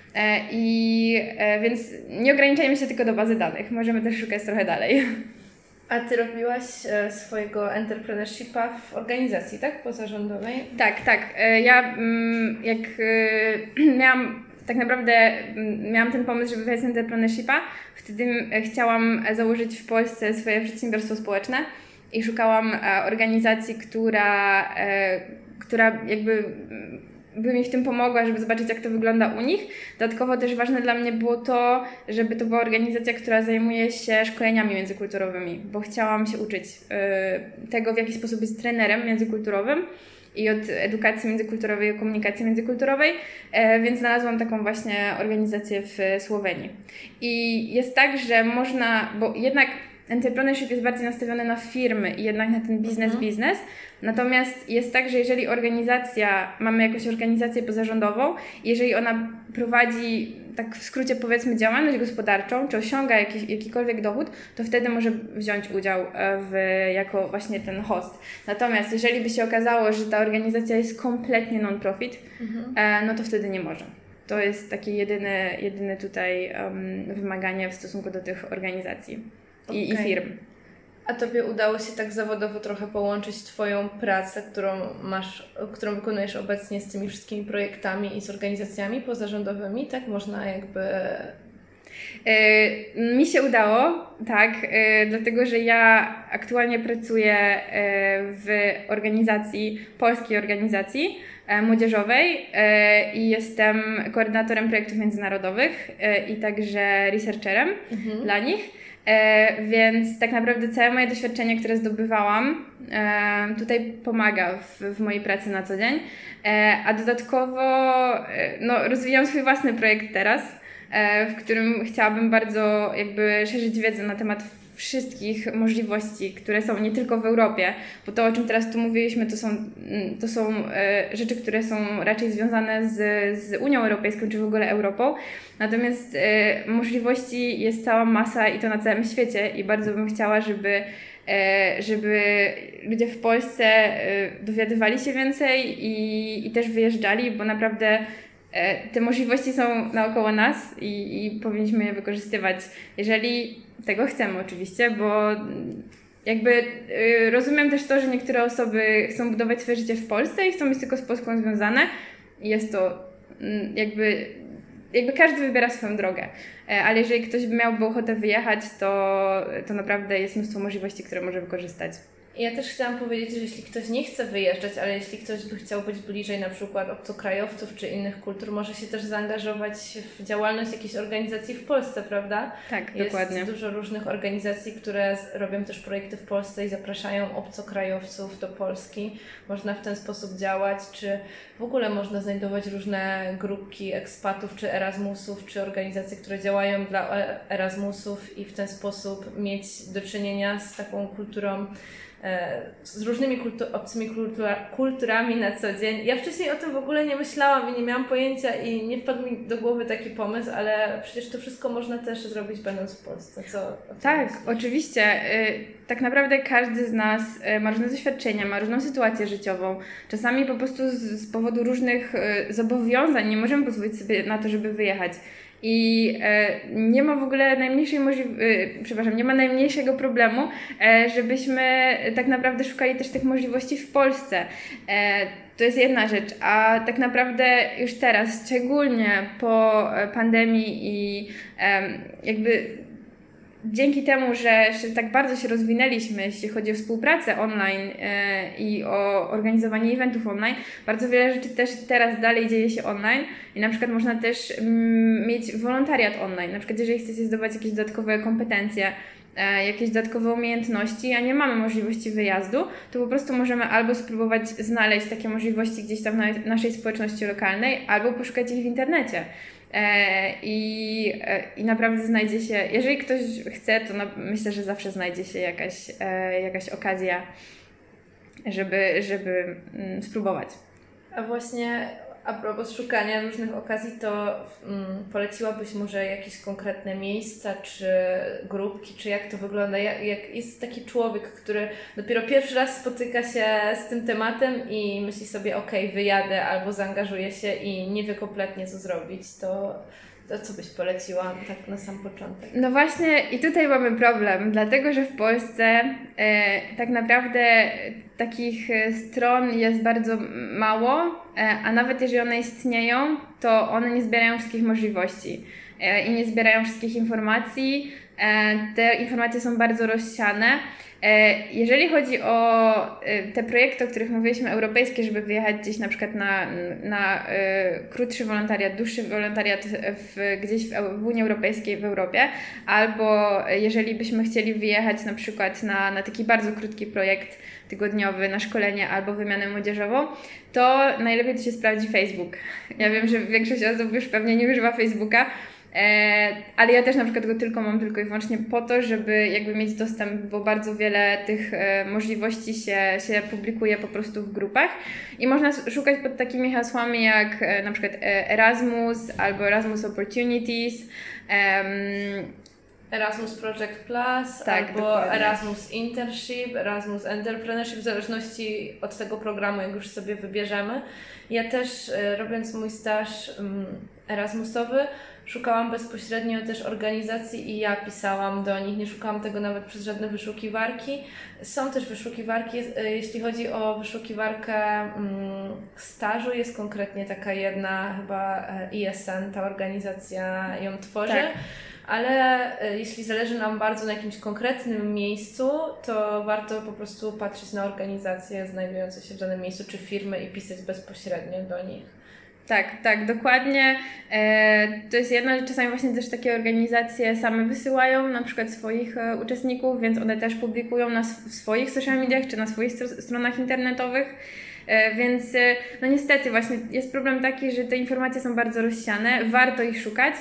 Więc nie ograniczajmy się tylko do bazy danych, możemy też szukać trochę dalej. A Ty robiłaś swojego entrepreneurshipa w organizacji, tak? Pozarządowej? Tak. Ja jak miałam tak naprawdę miałam ten pomysł, żeby wejść z entrepreneurshipa, wtedy chciałam założyć w Polsce swoje przedsiębiorstwo społeczne i szukałam organizacji, która jakby by mi w tym pomogła, żeby zobaczyć, jak to wygląda u nich. Dodatkowo też ważne dla mnie było to, żeby to była organizacja, która zajmuje się szkoleniami międzykulturowymi, bo chciałam się uczyć tego, w jaki sposób jest trenerem międzykulturowym i od edukacji międzykulturowej, komunikacji międzykulturowej, więc znalazłam taką właśnie organizację w Słowenii. I jest tak, że można, bo jednak entrepreneurship jest bardziej nastawiony na firmy i jednak na ten biznes. Natomiast jest tak, że jeżeli mamy jakąś organizację pozarządową, jeżeli ona prowadzi, tak w skrócie powiedzmy, działalność gospodarczą, czy osiąga jakikolwiek dochód, to wtedy może wziąć udział jako właśnie ten host. Natomiast jeżeli by się okazało, że ta organizacja jest kompletnie non-profit, no to wtedy nie może. To jest takie jedyne tutaj wymaganie w stosunku do tych organizacji i firm. A Tobie udało się tak zawodowo trochę połączyć Twoją pracę, którą wykonujesz obecnie z tymi wszystkimi projektami i z organizacjami pozarządowymi, tak? Można jakby... Mi się udało, tak, dlatego że ja aktualnie pracuję w polskiej organizacji młodzieżowej i jestem koordynatorem projektów międzynarodowych i także researcherem dla nich. Więc tak naprawdę całe moje doświadczenie, które zdobywałam, tutaj pomaga w mojej pracy na co dzień, a dodatkowo rozwijam swój własny projekt teraz, w którym chciałabym bardzo jakby szerzyć wiedzę na temat wszystkich możliwości, które są nie tylko w Europie, bo to, o czym teraz tu mówiliśmy, to są rzeczy, które są raczej związane z Unią Europejską, czy w ogóle Europą. Natomiast możliwości jest cała masa i to na całym świecie i bardzo bym chciała, żeby ludzie w Polsce dowiadywali się więcej i też wyjeżdżali, bo naprawdę te możliwości są naokoło nas i powinniśmy je wykorzystywać, jeżeli tego chcemy oczywiście, bo jakby rozumiem też to, że niektóre osoby chcą budować swoje życie w Polsce i chcą być tylko z Polską związane i jest to jakby każdy wybiera swoją drogę, ale jeżeli ktoś miałby ochotę wyjechać, to naprawdę jest mnóstwo możliwości, które może wykorzystać. Ja też chciałam powiedzieć, że jeśli ktoś nie chce wyjeżdżać, ale jeśli ktoś by chciał być bliżej na przykład obcokrajowców czy innych kultur, może się też zaangażować w działalność jakiejś organizacji w Polsce, prawda? Tak, jest dokładnie. Jest dużo różnych organizacji, które robią też projekty w Polsce i zapraszają obcokrajowców do Polski. Można w ten sposób działać, czy w ogóle można znajdować różne grupki ekspatów, czy Erasmusów, czy organizacje, które działają dla Erasmusów i w ten sposób mieć do czynienia z taką kulturą, z różnymi obcymi kulturami na co dzień. Ja wcześniej o tym w ogóle nie myślałam i nie miałam pojęcia i nie wpadł mi do głowy taki pomysł, ale przecież to wszystko można też zrobić będąc w Polsce. Tak, oczywiście. Tak naprawdę każdy z nas ma różne doświadczenia, ma różną sytuację życiową. Czasami po prostu z powodu różnych zobowiązań nie możemy pozwolić sobie na to, żeby wyjechać. I nie ma w ogóle nie ma najmniejszego problemu, żebyśmy tak naprawdę szukali też tych możliwości w Polsce. To jest jedna rzecz, a tak naprawdę już teraz, szczególnie po pandemii i jakby dzięki temu, że tak bardzo się rozwinęliśmy, jeśli chodzi o współpracę online i o organizowanie eventów online, bardzo wiele rzeczy też teraz dalej dzieje się online i na przykład można też mieć wolontariat online. Na przykład jeżeli chcecie zdobywać jakieś dodatkowe kompetencje, jakieś dodatkowe umiejętności, a nie mamy możliwości wyjazdu, to po prostu możemy albo spróbować znaleźć takie możliwości gdzieś tam na naszej społeczności lokalnej, albo poszukać ich w internecie. I naprawdę znajdzie się, jeżeli ktoś chce, to myślę, że zawsze znajdzie się jakaś okazja, żeby spróbować. A właśnie a propos szukania różnych okazji, to poleciłabyś może jakieś konkretne miejsca, czy grupki, czy jak to wygląda? Jak jest taki człowiek, który dopiero pierwszy raz spotyka się z tym tematem i myśli sobie, wyjadę albo zaangażuję się i nie wie kompletnie co zrobić, to co byś poleciła tak na sam początek? No właśnie i tutaj mamy problem, dlatego że w Polsce tak naprawdę takich stron jest bardzo mało, a nawet jeżeli one istnieją, to one nie zbierają wszystkich możliwości i nie zbierają wszystkich informacji. Te informacje są bardzo rozsiane. Jeżeli chodzi o te projekty, o których mówiliśmy, europejskie, żeby wyjechać gdzieś na przykład na krótszy wolontariat, dłuższy wolontariat gdzieś w Unii Europejskiej, w Europie, albo jeżeli byśmy chcieli wyjechać na przykład na taki bardzo krótki projekt tygodniowy, na szkolenie albo wymianę młodzieżową, to najlepiej to się sprawdzi Facebook. Ja wiem, że większość osób już pewnie nie używa Facebooka, ale ja też na przykład go mam tylko i wyłącznie po to, żeby jakby mieć dostęp, bo bardzo wiele tych możliwości się publikuje po prostu w grupach i można szukać pod takimi hasłami jak na przykład Erasmus albo Erasmus Opportunities, Erasmus Project Plus, tak, albo dokładnie. Erasmus Internship, Erasmus Entrepreneurship, w zależności od tego programu, jak już sobie wybierzemy. Ja też, robiąc mój staż Erasmusowy, szukałam bezpośrednio też organizacji i ja pisałam do nich, nie szukałam tego nawet przez żadne wyszukiwarki. Są też wyszukiwarki, jeśli chodzi o wyszukiwarkę stażu, jest konkretnie taka jedna, chyba ISN, ta organizacja ją tworzy. Tak. Ale jeśli zależy nam bardzo na jakimś konkretnym miejscu, to warto po prostu patrzeć na organizacje znajdujące się w danym miejscu, czy firmy i pisać bezpośrednio do nich. Tak, dokładnie. To jest jedna rzecz, czasami właśnie też takie organizacje same wysyłają na przykład swoich uczestników, więc one też publikują w swoich social mediach czy na swoich stronach internetowych. Więc no niestety właśnie jest problem taki, że te informacje są bardzo rozsiane, warto ich szukać.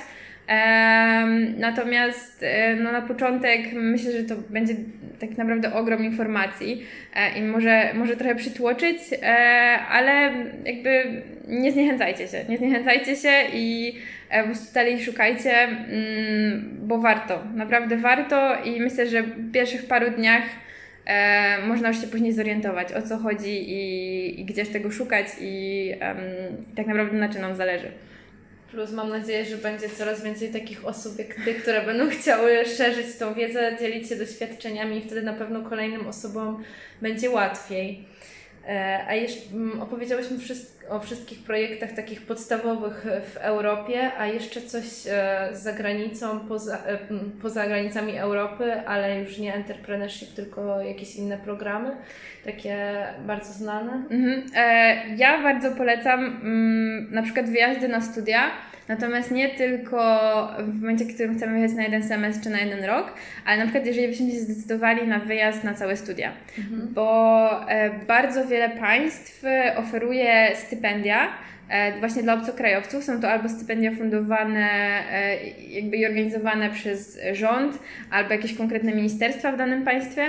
Natomiast no na początek myślę, że to będzie tak naprawdę ogrom informacji i może trochę przytłoczyć, ale jakby nie zniechęcajcie się i po prostu dalej szukajcie, bo warto, naprawdę warto i myślę, że w pierwszych paru dniach można już się później zorientować, o co chodzi i gdzieś tego szukać i tak naprawdę na czym nam zależy. Plus mam nadzieję, że będzie coraz więcej takich osób jak Ty, które będą chciały szerzyć tą wiedzę, dzielić się doświadczeniami i wtedy na pewno kolejnym osobom będzie łatwiej. A jeszcze opowiedziałyśmy o wszystkich projektach takich podstawowych w Europie, a jeszcze coś za granicą, poza granicami Europy, ale już nie entrepreneurship, tylko jakieś inne programy, takie bardzo znane? Ja bardzo polecam na przykład wyjazdy na studia, natomiast nie tylko w momencie, w którym chcemy wyjechać na jeden semestr czy na jeden rok, ale na przykład jeżeli byśmy się zdecydowali na wyjazd na całe studia, bo bardzo wiele państw oferuje stypendia właśnie dla obcokrajowców. Są to albo stypendia fundowane jakby i organizowane przez rząd, albo jakieś konkretne ministerstwa w danym państwie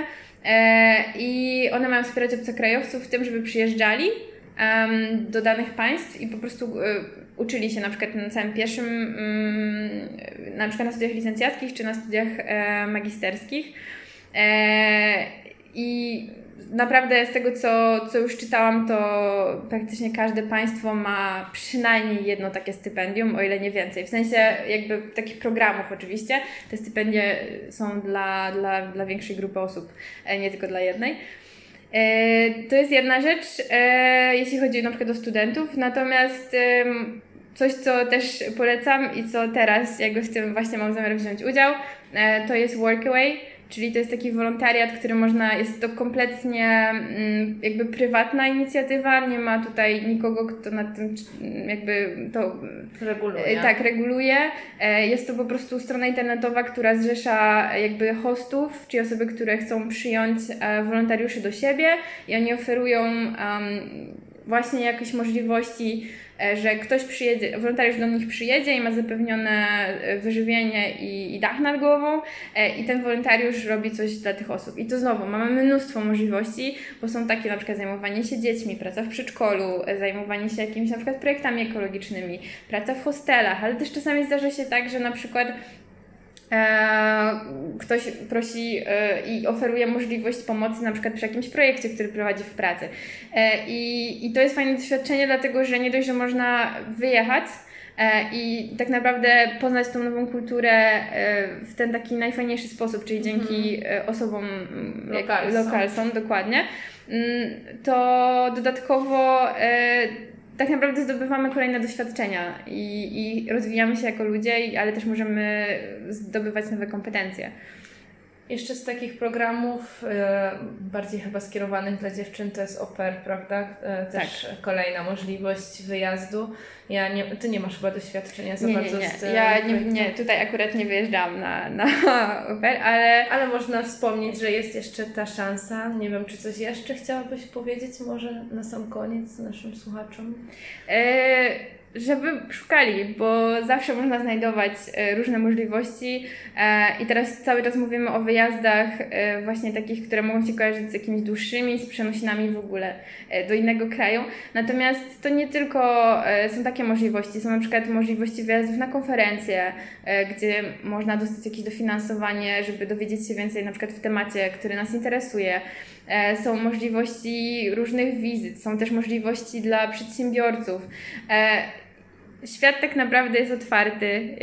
i one mają wspierać obcokrajowców w tym, żeby przyjeżdżali do danych państw i po prostu uczyli się na przykład na całym pierwszym, na przykład na studiach licencjackich czy na studiach magisterskich. I naprawdę z tego, co już czytałam, to praktycznie każde państwo ma przynajmniej jedno takie stypendium, o ile nie więcej. W sensie jakby takich programów oczywiście. Te stypendia są dla większej grupy osób, nie tylko dla jednej. To jest jedna rzecz, jeśli chodzi na przykład o studentów. Natomiast coś, co też polecam i co teraz jakby w tym właśnie mam zamiar wziąć udział, to jest Workaway. Czyli to jest taki wolontariat, który jest to kompletnie jakby prywatna inicjatywa, nie ma tutaj nikogo, kto nad tym jakby to reguluje. Tak, reguluje. Jest to po prostu strona internetowa, która zrzesza jakby hostów, czyli osoby, które chcą przyjąć wolontariuszy do siebie i oni oferują właśnie jakieś możliwości, że ktoś przyjedzie, wolontariusz do nich przyjedzie i ma zapewnione wyżywienie i dach nad głową i ten wolontariusz robi coś dla tych osób. I to znowu, mamy mnóstwo możliwości, bo są takie na przykład zajmowanie się dziećmi, praca w przedszkolu, zajmowanie się jakimiś na przykład projektami ekologicznymi, praca w hostelach, ale też czasami zdarza się tak, że na przykład ktoś prosi i oferuje możliwość pomocy na przykład przy jakimś projekcie, który prowadzi w pracy. I to jest fajne doświadczenie, dlatego że nie dość, że można wyjechać i tak naprawdę poznać tą nową kulturę w ten taki najfajniejszy sposób, czyli dzięki osobom lokalsom, dokładnie, to dodatkowo tak naprawdę zdobywamy kolejne doświadczenia i rozwijamy się jako ludzie, ale też możemy zdobywać nowe kompetencje. Jeszcze z takich programów bardziej chyba skierowanych dla dziewczyn to jest au pair, prawda? Też kolejna możliwość wyjazdu. Ty nie masz chyba doświadczenia za bardzo z tym. Ja nie, tutaj akurat nie wyjeżdżam na au pair, ale można wspomnieć, że jest jeszcze ta szansa. Nie wiem, czy coś jeszcze chciałabyś powiedzieć może na sam koniec naszym słuchaczom? Żeby szukali, bo zawsze można znajdować różne możliwości i teraz cały czas mówimy o wyjazdach właśnie takich, które mogą się kojarzyć z jakimiś dłuższymi, z przenosinami w ogóle do innego kraju. Natomiast to nie tylko są takie możliwości, są na przykład możliwości wyjazdów na konferencje, gdzie można dostać jakieś dofinansowanie, żeby dowiedzieć się więcej na przykład w temacie, który nas interesuje. Są możliwości różnych wizyt, są też możliwości dla przedsiębiorców. Świat tak naprawdę jest otwarty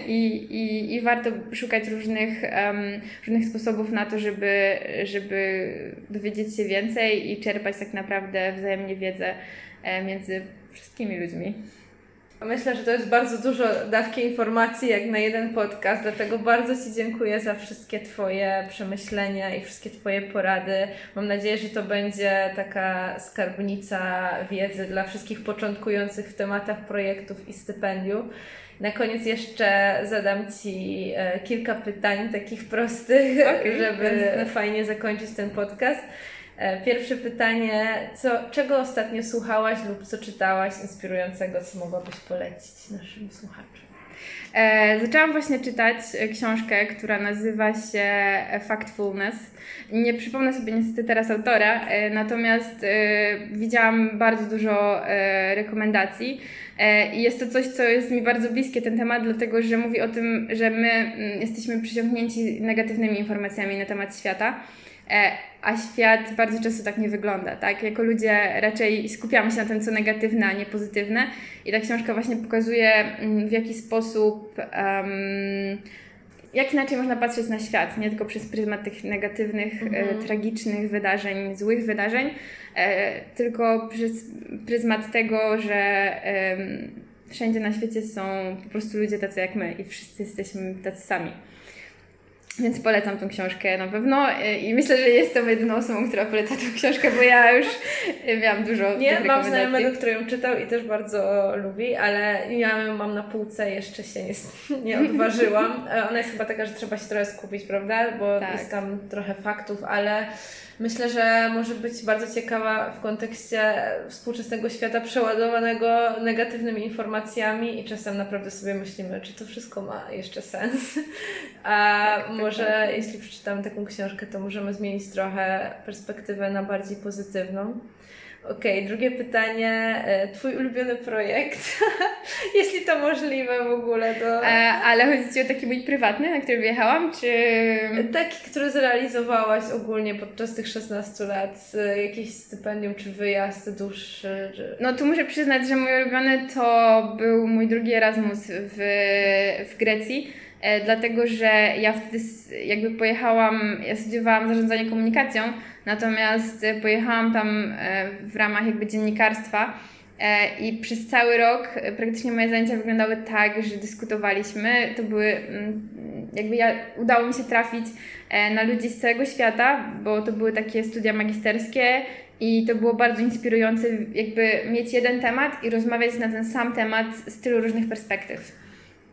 i warto szukać różnych sposobów na to, żeby dowiedzieć się więcej i czerpać tak naprawdę wzajemnie wiedzę między wszystkimi ludźmi. Myślę, że to jest bardzo dużo dawki informacji jak na jeden podcast, dlatego bardzo Ci dziękuję za wszystkie Twoje przemyślenia i wszystkie Twoje porady. Mam nadzieję, że to będzie taka skarbnica wiedzy dla wszystkich początkujących w tematach projektów i stypendium. Na koniec jeszcze zadam Ci kilka pytań takich prostych, żeby fajnie zakończyć ten podcast. Pierwsze pytanie, czego ostatnio słuchałaś lub co czytałaś inspirującego, co mogłabyś polecić naszym słuchaczom? Zaczęłam właśnie czytać książkę, która nazywa się Factfulness. Nie przypomnę sobie niestety teraz autora, natomiast widziałam bardzo dużo rekomendacji i jest to coś, co jest mi bardzo bliskie, ten temat, dlatego że mówi o tym, że my jesteśmy przyciągnięci negatywnymi informacjami na temat świata. A świat bardzo często tak nie wygląda, tak? Jako ludzie raczej skupiamy się na tym, co negatywne, a nie pozytywne. I ta książka właśnie pokazuje, w jaki sposób, jak inaczej można patrzeć na świat, nie tylko przez pryzmat tych negatywnych, tragicznych wydarzeń, złych wydarzeń, tylko przez pryzmat tego, że wszędzie na świecie są po prostu ludzie tacy jak my i wszyscy jesteśmy tacy sami. Więc polecam tą książkę na pewno i myślę, że jestem jedyną osobą, która poleca tą książkę, bo ja już miałam dużo rekomendacji. Mam znajomego, który ją czytał i też bardzo lubi, ale ja ją mam na półce, jeszcze się nie odważyłam. Ona jest chyba taka, że trzeba się trochę skupić, prawda? Bo jest tam trochę faktów, ale myślę, że może być bardzo ciekawa w kontekście współczesnego świata przeładowanego negatywnymi informacjami i czasem naprawdę sobie myślimy, czy to wszystko ma jeszcze sens. A może jeśli przeczytamy taką książkę, to możemy zmienić trochę perspektywę na bardziej pozytywną. Okej, drugie pytanie. Twój ulubiony projekt? Jeśli to możliwe w ogóle. Ale chodzi Ci o taki mój prywatny, na który wyjechałam, czy... Taki, który zrealizowałaś ogólnie podczas tych 16 lat. Jakieś stypendium, czy wyjazd dłuższy? Czy... No tu muszę przyznać, że mój ulubiony to był mój drugi Erasmus w Grecji. Dlatego, że ja wtedy jakby pojechałam, ja studiowałam zarządzanie komunikacją, natomiast pojechałam tam w ramach jakby dziennikarstwa i przez cały rok praktycznie moje zajęcia wyglądały tak, że dyskutowaliśmy. To były, udało mi się trafić na ludzi z całego świata, bo to były takie studia magisterskie i to było bardzo inspirujące jakby mieć jeden temat i rozmawiać na ten sam temat z tylu różnych perspektyw.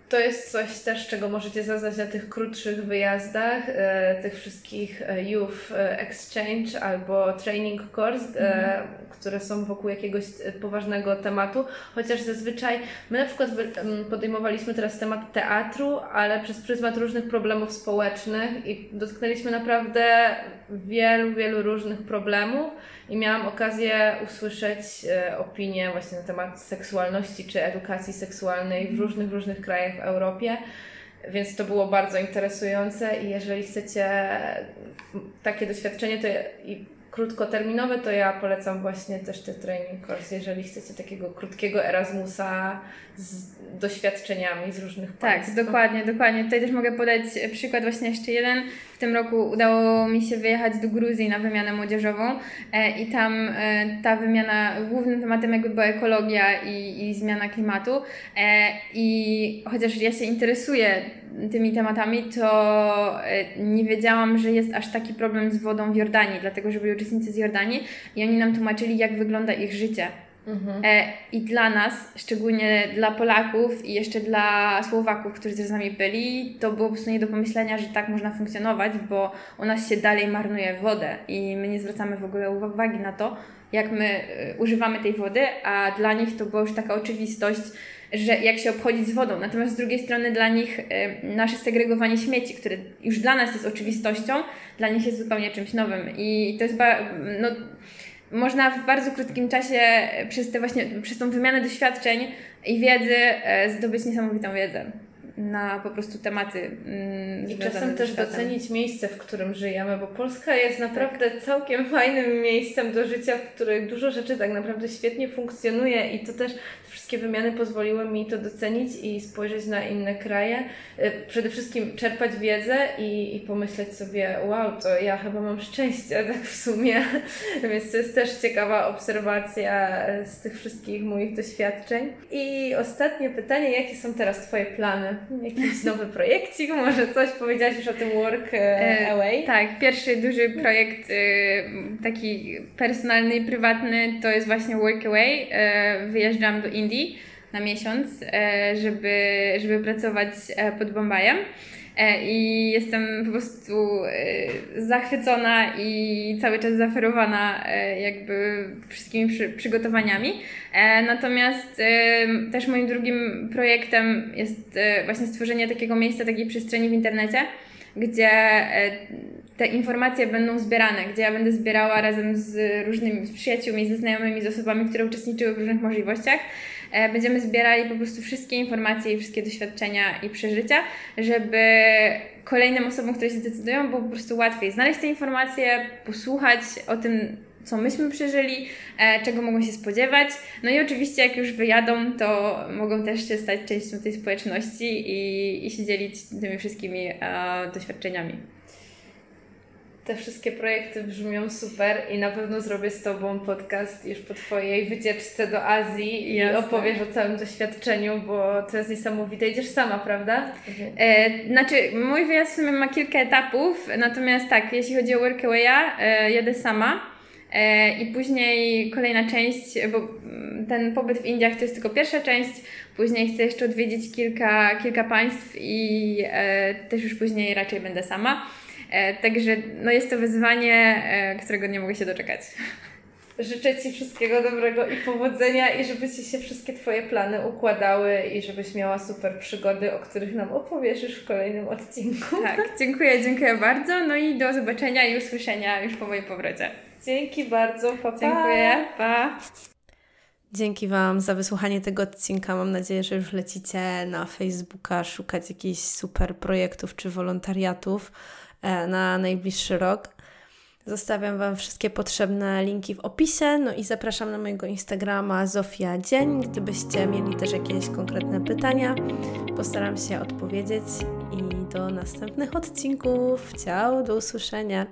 To jest coś też, czego możecie zaznać na tych krótszych wyjazdach, tych wszystkich youth exchange albo training course, które są wokół jakiegoś poważnego tematu, chociaż zazwyczaj my na przykład podejmowaliśmy teraz temat teatru, ale przez pryzmat różnych problemów społecznych i dotknęliśmy naprawdę wielu różnych problemów i miałam okazję usłyszeć opinie właśnie na temat seksualności czy edukacji seksualnej w różnych krajach w Europie, więc to było bardzo interesujące i jeżeli chcecie takie doświadczenie i krótkoterminowe, to ja polecam właśnie też te training course, jeżeli chcecie takiego krótkiego Erasmusa z doświadczeniami z różnych państw. Tak, dokładnie. Tutaj też mogę podać przykład właśnie jeszcze jeden. W tym roku udało mi się wyjechać do Gruzji na wymianę młodzieżową i tam ta wymiana, głównym tematem jakby była ekologia i zmiana klimatu i chociaż ja się interesuję tymi tematami, to nie wiedziałam, że jest aż taki problem z wodą w Jordanii, dlatego że byli uczestnicy z Jordanii i oni nam tłumaczyli, jak wygląda ich życie. I dla nas, szczególnie dla Polaków i jeszcze dla Słowaków, którzy też z nami byli, to było po prostu nie do pomyślenia, że tak można funkcjonować, bo u nas się dalej marnuje wodę i my nie zwracamy w ogóle uwagi na to, jak my używamy tej wody, a dla nich to była już taka oczywistość, że jak się obchodzić z wodą. Natomiast z drugiej strony dla nich nasze segregowanie śmieci, które już dla nas jest oczywistością, dla nich jest zupełnie czymś nowym i to jest można w bardzo krótkim czasie przez tą wymianę doświadczeń i wiedzy zdobyć niesamowitą wiedzę na po prostu tematy i czasem też docenić miejsce, w którym żyjemy, bo Polska jest naprawdę całkiem fajnym miejscem do życia, w którym dużo rzeczy tak naprawdę świetnie funkcjonuje i to też te wszystkie wymiany pozwoliły mi to docenić i spojrzeć na inne kraje. Przede wszystkim czerpać wiedzę i pomyśleć sobie, wow, to ja chyba mam szczęście tak w sumie, więc to jest też ciekawa obserwacja z tych wszystkich moich doświadczeń. I ostatnie pytanie, jakie są teraz Twoje plany? Jakiś nowy projekcik? Może coś powiedziałaś już o tym Work Away? Tak, pierwszy duży projekt taki personalny i prywatny to jest właśnie Work Away. Wyjeżdżam do Indii na miesiąc, żeby pracować pod Bombajem. I jestem po prostu zachwycona i cały czas zaoferowana jakby wszystkimi przygotowaniami. Natomiast też moim drugim projektem jest właśnie stworzenie takiego miejsca, takiej przestrzeni w internecie, gdzie te informacje będą zbierane, gdzie ja będę zbierała razem z różnymi przyjaciółmi, ze znajomymi, z osobami, które uczestniczyły w różnych możliwościach. Będziemy zbierali po prostu wszystkie informacje i wszystkie doświadczenia i przeżycia, żeby kolejnym osobom, które się zdecydują, było po prostu łatwiej znaleźć te informacje, posłuchać o tym, co myśmy przeżyli, czego mogą się spodziewać. No i oczywiście jak już wyjadą, to mogą też się stać częścią tej społeczności i się dzielić tymi wszystkimi doświadczeniami. Te wszystkie projekty brzmią super i na pewno zrobię z Tobą podcast już po Twojej wycieczce do Azji i opowiesz o całym doświadczeniu, bo to jest niesamowite. Idziesz sama, prawda? Mój wyjazd w sumie ma kilka etapów, natomiast tak, jeśli chodzi o Workawaya, jadę sama. I później kolejna część, bo ten pobyt w Indiach to jest tylko pierwsza część, później chcę jeszcze odwiedzić kilka państw i też już później raczej będę sama. Także jest to wyzwanie, którego nie mogę się doczekać. Życzę Ci wszystkiego dobrego i powodzenia i żeby Ci się wszystkie Twoje plany układały i żebyś miała super przygody, o których nam opowiesz już w kolejnym odcinku. Tak, dziękuję bardzo. No i do zobaczenia i usłyszenia już po moim powrocie. Dzięki bardzo, pa. Dziękuję, pa. Dzięki Wam za wysłuchanie tego odcinka. Mam nadzieję, że już lecicie na Facebooka szukać jakichś super projektów czy wolontariatów na najbliższy rok. Zostawiam Wam wszystkie potrzebne linki w opisie, no i zapraszam na mojego Instagrama Zofia Dzień. Gdybyście mieli też jakieś konkretne pytania, postaram się odpowiedzieć i do następnych odcinków. Ciao, do usłyszenia.